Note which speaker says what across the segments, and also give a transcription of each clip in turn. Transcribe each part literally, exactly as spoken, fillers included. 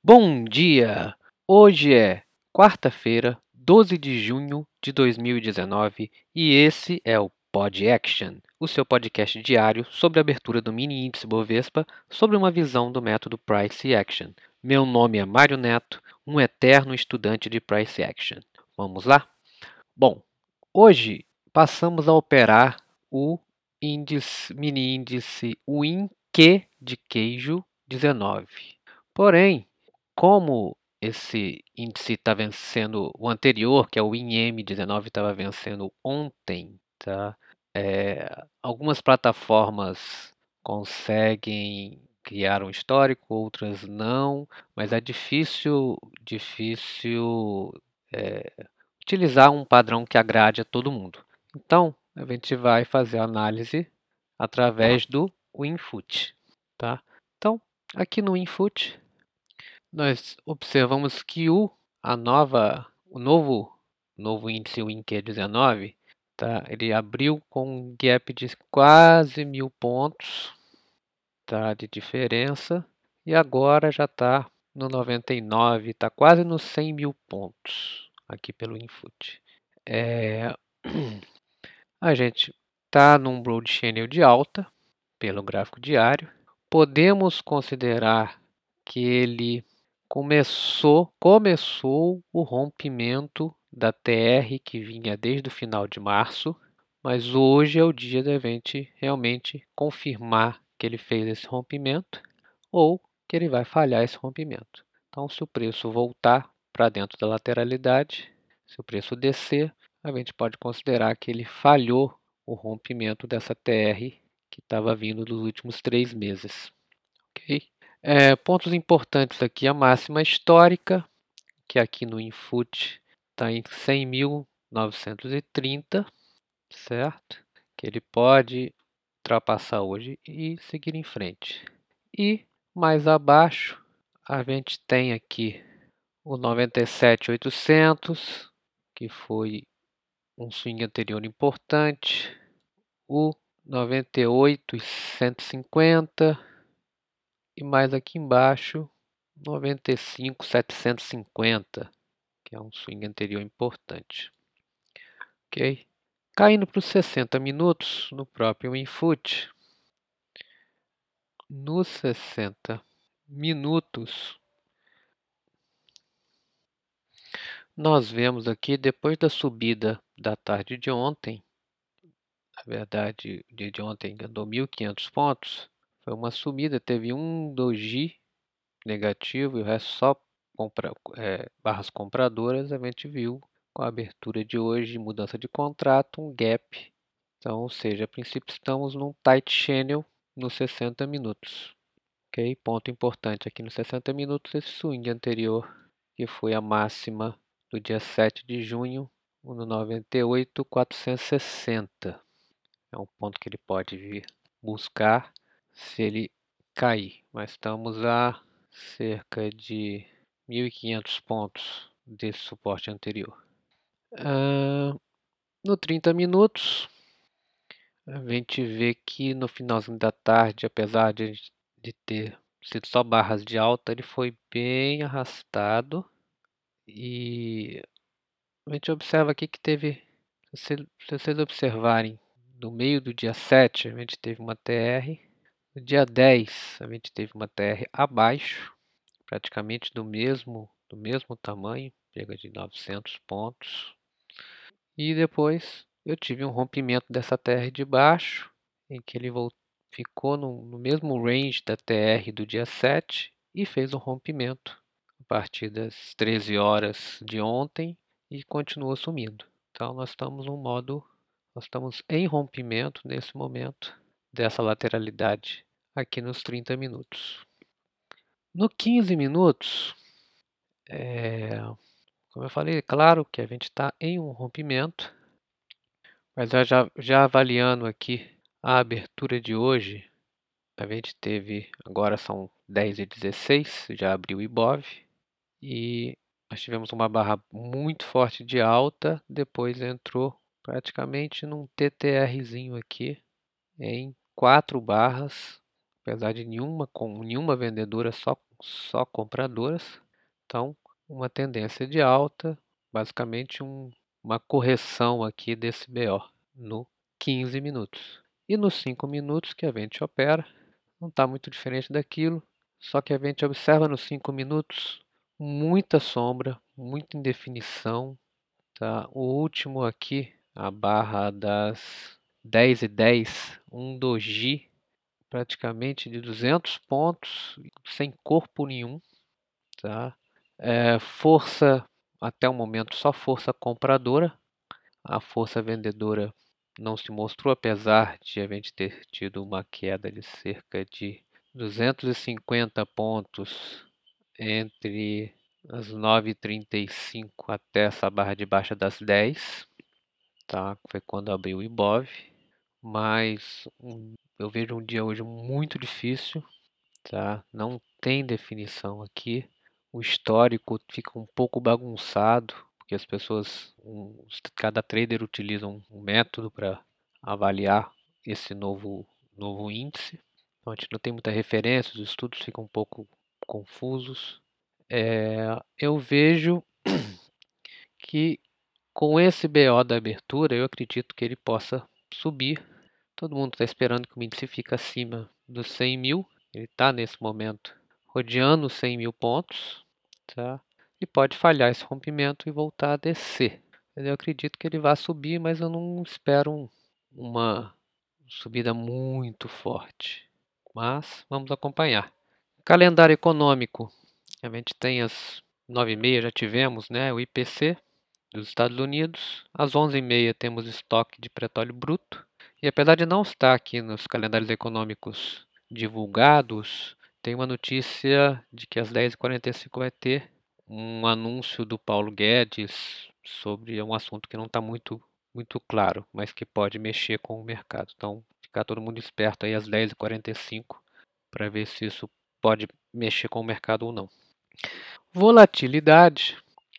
Speaker 1: Bom dia! Hoje é quarta-feira, doze de junho de dois mil e dezenove e esse é o Pod Action, o seu podcast diário sobre a abertura do mini índice Bovespa sobre uma visão do método Price Action. Meu nome é Mário Neto, um eterno estudante de Price Action. Vamos lá? Bom, hoje passamos a operar o índice, mini índice Win Q de queijo dezenove. Porém, como esse índice está vencendo o anterior, que é o WinM dezenove, estava vencendo ontem, tá? É, algumas plataformas conseguem criar um histórico, outras não, mas é difícil, difícil é, utilizar um padrão que agrade a todo mundo. Então, a gente vai fazer a análise através do WinFoot, tá? Então, aqui no WinFoot, nós observamos que o, a nova, o novo, novo índice Win-Q dezenove, tá? Ele abriu com um gap de quase mil pontos, tá? De diferença, e agora já está no noventa e nove, está quase nos cem mil pontos aqui pelo Infoot. É, a gente está num broad channel de alta pelo gráfico diário. Podemos considerar que ele começou, começou o rompimento da T R que vinha desde o final de março, mas hoje é o dia da gente realmente confirmar que ele fez esse rompimento ou que ele vai falhar esse rompimento. Então, se o preço voltar para dentro da lateralidade, se o preço descer, a gente pode considerar que ele falhou o rompimento dessa T R que estava vindo dos últimos três meses. Okay? É, pontos importantes aqui, a máxima histórica, que aqui no Infoot está em cem mil novecentos e trinta, certo? Que ele pode ultrapassar hoje e seguir em frente. E mais abaixo, a gente tem aqui o noventa e sete mil e oitocentos, que foi um swing anterior importante, o noventa e oito mil cento e cinquenta e mais aqui embaixo noventa e cinco mil setecentos e cinquenta, que é um swing anterior importante. Ok? Caindo para os sessenta minutos no próprio Infoot, nos sessenta minutos, nós vemos aqui, depois da subida da tarde de ontem, na verdade, o dia de ontem andou mil e quinhentos pontos, foi uma subida, teve um doji negativo e o resto só compra, é, barras compradoras. A gente viu com a abertura de hoje, mudança de contrato, um gap. Então, ou seja, a princípio estamos num tight channel nos sessenta minutos. Ok? Ponto importante aqui nos sessenta minutos, esse swing anterior, que foi a máxima do dia sete de junho, no noventa e oito mil quatrocentos e sessenta. É um ponto que ele pode vir buscar se ele cair. Mas estamos a cerca de mil e quinhentos pontos desse suporte anterior. Uh, no trinta minutos, a gente vê que no finalzinho da tarde, apesar de, de ter sido só barras de alta, ele foi bem arrastado. E a gente observa aqui que teve, se, se vocês observarem, no meio do dia sete, a gente teve uma T R. No dia dez, a gente teve uma T R abaixo, praticamente do mesmo, do mesmo tamanho, pega de novecentos pontos. E depois eu tive um rompimento dessa T R de baixo, em que ele voltou, ficou no, no mesmo range da T R do dia sete e fez um rompimento a partir das treze horas de ontem e continua sumindo. Então nós estamos no modo, nós estamos em rompimento nesse momento dessa lateralidade aqui nos trinta minutos. No quinze minutos, é, como eu falei, é claro que a gente está em um rompimento, mas já, já avaliando aqui a abertura de hoje, a gente teve, agora são dez e dezesseis, já abriu o Ibov, e nós tivemos uma barra muito forte de alta, depois entrou praticamente num TTRzinho aqui, em quatro barras, apesar de nenhuma, com nenhuma vendedora, só só compradoras. Então, uma tendência de alta, basicamente um, uma correção aqui desse B O no quinze minutos. E nos cinco minutos que a gente opera, não está muito diferente daquilo, só que a gente observa nos cinco minutos muita sombra, muita indefinição. Tá? O último aqui, a barra das dez e dez, um doji praticamente de duzentos pontos, sem corpo nenhum. Tá? É, força, até o momento, só força compradora. A força vendedora não se mostrou, apesar de a gente ter tido uma queda de cerca de duzentos e cinquenta pontos entre as nove e trinta e cinco até essa barra de baixa das dez, tá? Foi quando abriu o Ibov, mas um, eu vejo um dia hoje muito difícil, tá? Não tem definição aqui. O histórico fica um pouco bagunçado, porque as pessoas, um, cada trader utiliza um, um método para avaliar esse novo, novo índice. Então, a gente não tem muita referência, os estudos ficam um pouco confusos. É, eu vejo que com esse B O da abertura, eu acredito que ele possa subir. Todo mundo está esperando que o índice fique acima dos cem mil. Ele está nesse momento rodeando os cem mil pontos, tá? E pode falhar esse rompimento e voltar a descer. Eu acredito que ele vai subir, mas eu não espero um, uma subida muito forte. Mas vamos acompanhar. Calendário econômico. A gente tem as nove e meia, já tivemos, né, o I P C dos Estados Unidos. Às onze e meia temos estoque de petróleo bruto. E apesar de não estar aqui nos calendários econômicos divulgados, tem uma notícia de que às dez e quarenta e cinco vai ter um anúncio do Paulo Guedes sobre um assunto que não está muito, muito claro, mas que pode mexer com o mercado. Então, ficar todo mundo esperto aí às dez e quarenta e cinco para ver se isso pode mexer com o mercado ou não. Volatilidade.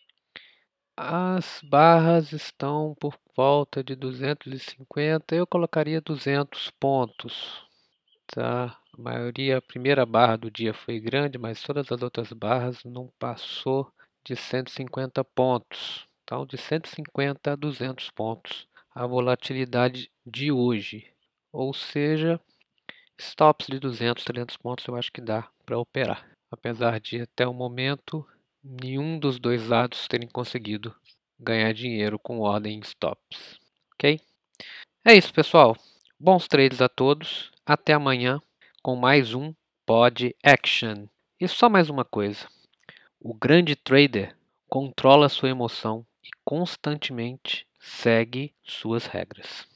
Speaker 1: As barras estão por volta de duzentos e cinquenta, eu colocaria duzentos pontos, tá? A maioria, a primeira barra do dia foi grande, mas todas as outras barras não passou de cento e cinquenta pontos. Então, de cento e cinquenta a duzentos pontos a volatilidade de hoje. Ou seja, stops de duzentos, trezentos pontos eu acho que dá para operar. Apesar de até o momento nenhum dos dois lados terem conseguido ganhar dinheiro com ordem em stops. Ok? É isso, pessoal. Bons trades a todos. Até amanhã com mais um Pod Action. E só mais uma coisa. O grande trader controla sua emoção e constantemente segue suas regras.